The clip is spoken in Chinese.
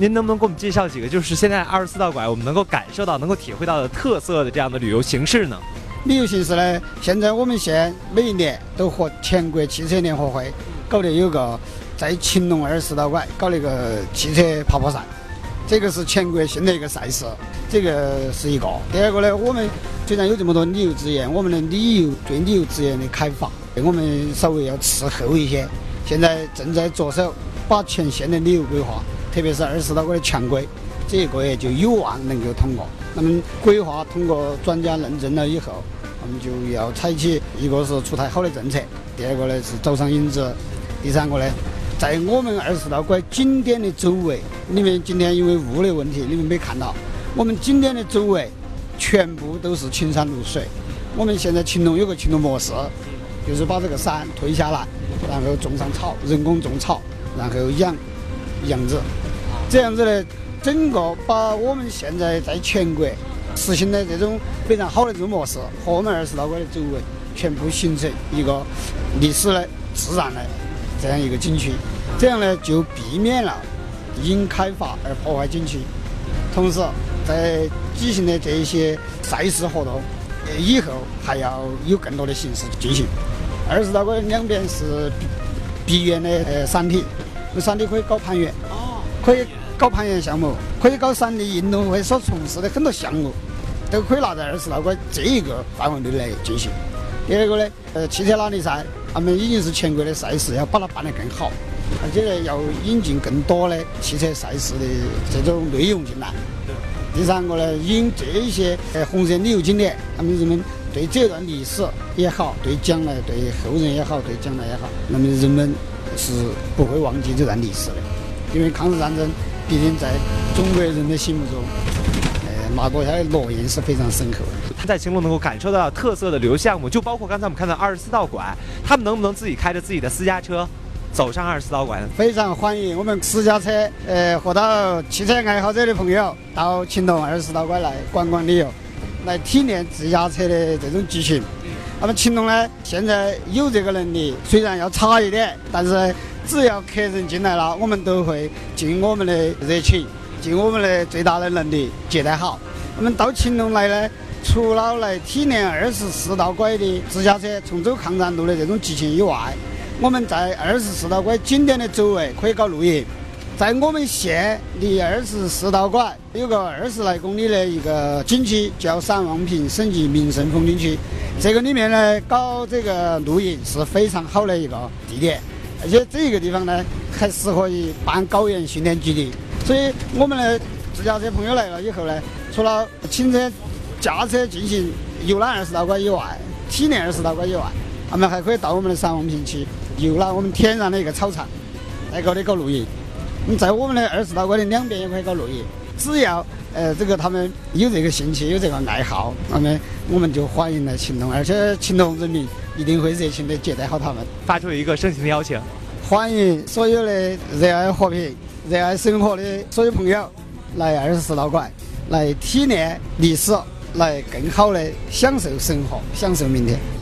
您能不能给我们介绍几个，就是现在24道馆我们能够感受到、能够体会到的特色的这样的旅游形式呢？ 旅游形式呢，现在我们县每一年都和全国汽车联合会搞的有个在秦陇24道馆搞了一个汽车爬坡赛，这个是全国性的一个赛事，这个是一个。第二个呢，我们虽然有这么多旅游资源，我们的对旅游资源的开发，我们稍微要滞后一些。现在正在着手把全县的旅游规划，特别是24道馆的全规，这一个月就有望能够通过。那么规划通过专家认证了以后，我们就要采取一个是出台好的政策，第二个呢是走上引子，第三个呢，在我们24道馆景点的周围，你们今天因为雾的问题，你们没看到，我们景点的周围全部都是青山绿水。我们现在秦陇有个秦陇模式，就是把这个山推下来，然后种上草，人工种草，然后养杨子，这样子呢，整个把我们现在在全国实行的这种非常好的这种模式，和我们24道馆的周围全部形成一个历史的、自然的这样一个景区，这样呢就避免了因开发而破坏景区。同时，在举行的这一些赛事活动以后，还要有更多的形式进行。24道馆两边是闭园的山体，山体可以搞攀岩，可以搞攀岩项目，可以搞山地运动会所从事的很多项目，都可以拿在24道馆这一个范围内来进行。第二个呢，汽车拉力赛，他们已经是全国的赛事，要把它办得更好，而且呢，要引进更多的汽车赛事的这种内容进来。第三个呢，引这一些红色旅游景点，他们人们对这段历史也好，对将来对后人也好，对将来也好，那么人们是不会忘记这段历史的。因为抗日战争毕竟在中国人的心目中，拿过下的烙印是非常深刻的。 他在秦陇能够感受到特色的旅游项目，就包括刚才我们看到24道馆，他们能不能自己开着自己的私家车走上24道馆？ 非常欢迎我们私家车，和到汽车爱好者的朋友到秦陇24道馆来观光旅游，来体验自家车的这种激情。那么秦陇呢，现在有这个能力，虽然要差一点，但是只要客人进来了，我们都会尽我们的热情，尽我们的最大的能力接待好。我们到秦陇来呢，除了来体验24道馆的自家车重走抗战路的这种激情以外，我们在24道馆景点的周围可以搞露营。在我们县离24道馆有个20来公里的一个景区，叫散望坪省级名胜风景区。这个里面呢，搞这个露营是非常好的一个地点，而且这个地方呢，还适合于办高原训练基地。所以我们的自驾车朋友来了以后呢，除了请车驾车进行游览24道馆以外，体验24道馆以外，他们还可以到我们的散望坪去游览我们天然的一个草场，在高里搞露营。在我们的24道馆的两边也可以搞露营，只要这个他们有这个兴趣，有这个爱好，那么我们就欢迎来秦陇，而且秦陇人民一定会热情的接待好他们。 发出一个盛情的邀请， 欢迎所有的热爱和平、热爱生活的所有朋友来24道馆，来体验历史，来更好的享受生活，享受明天。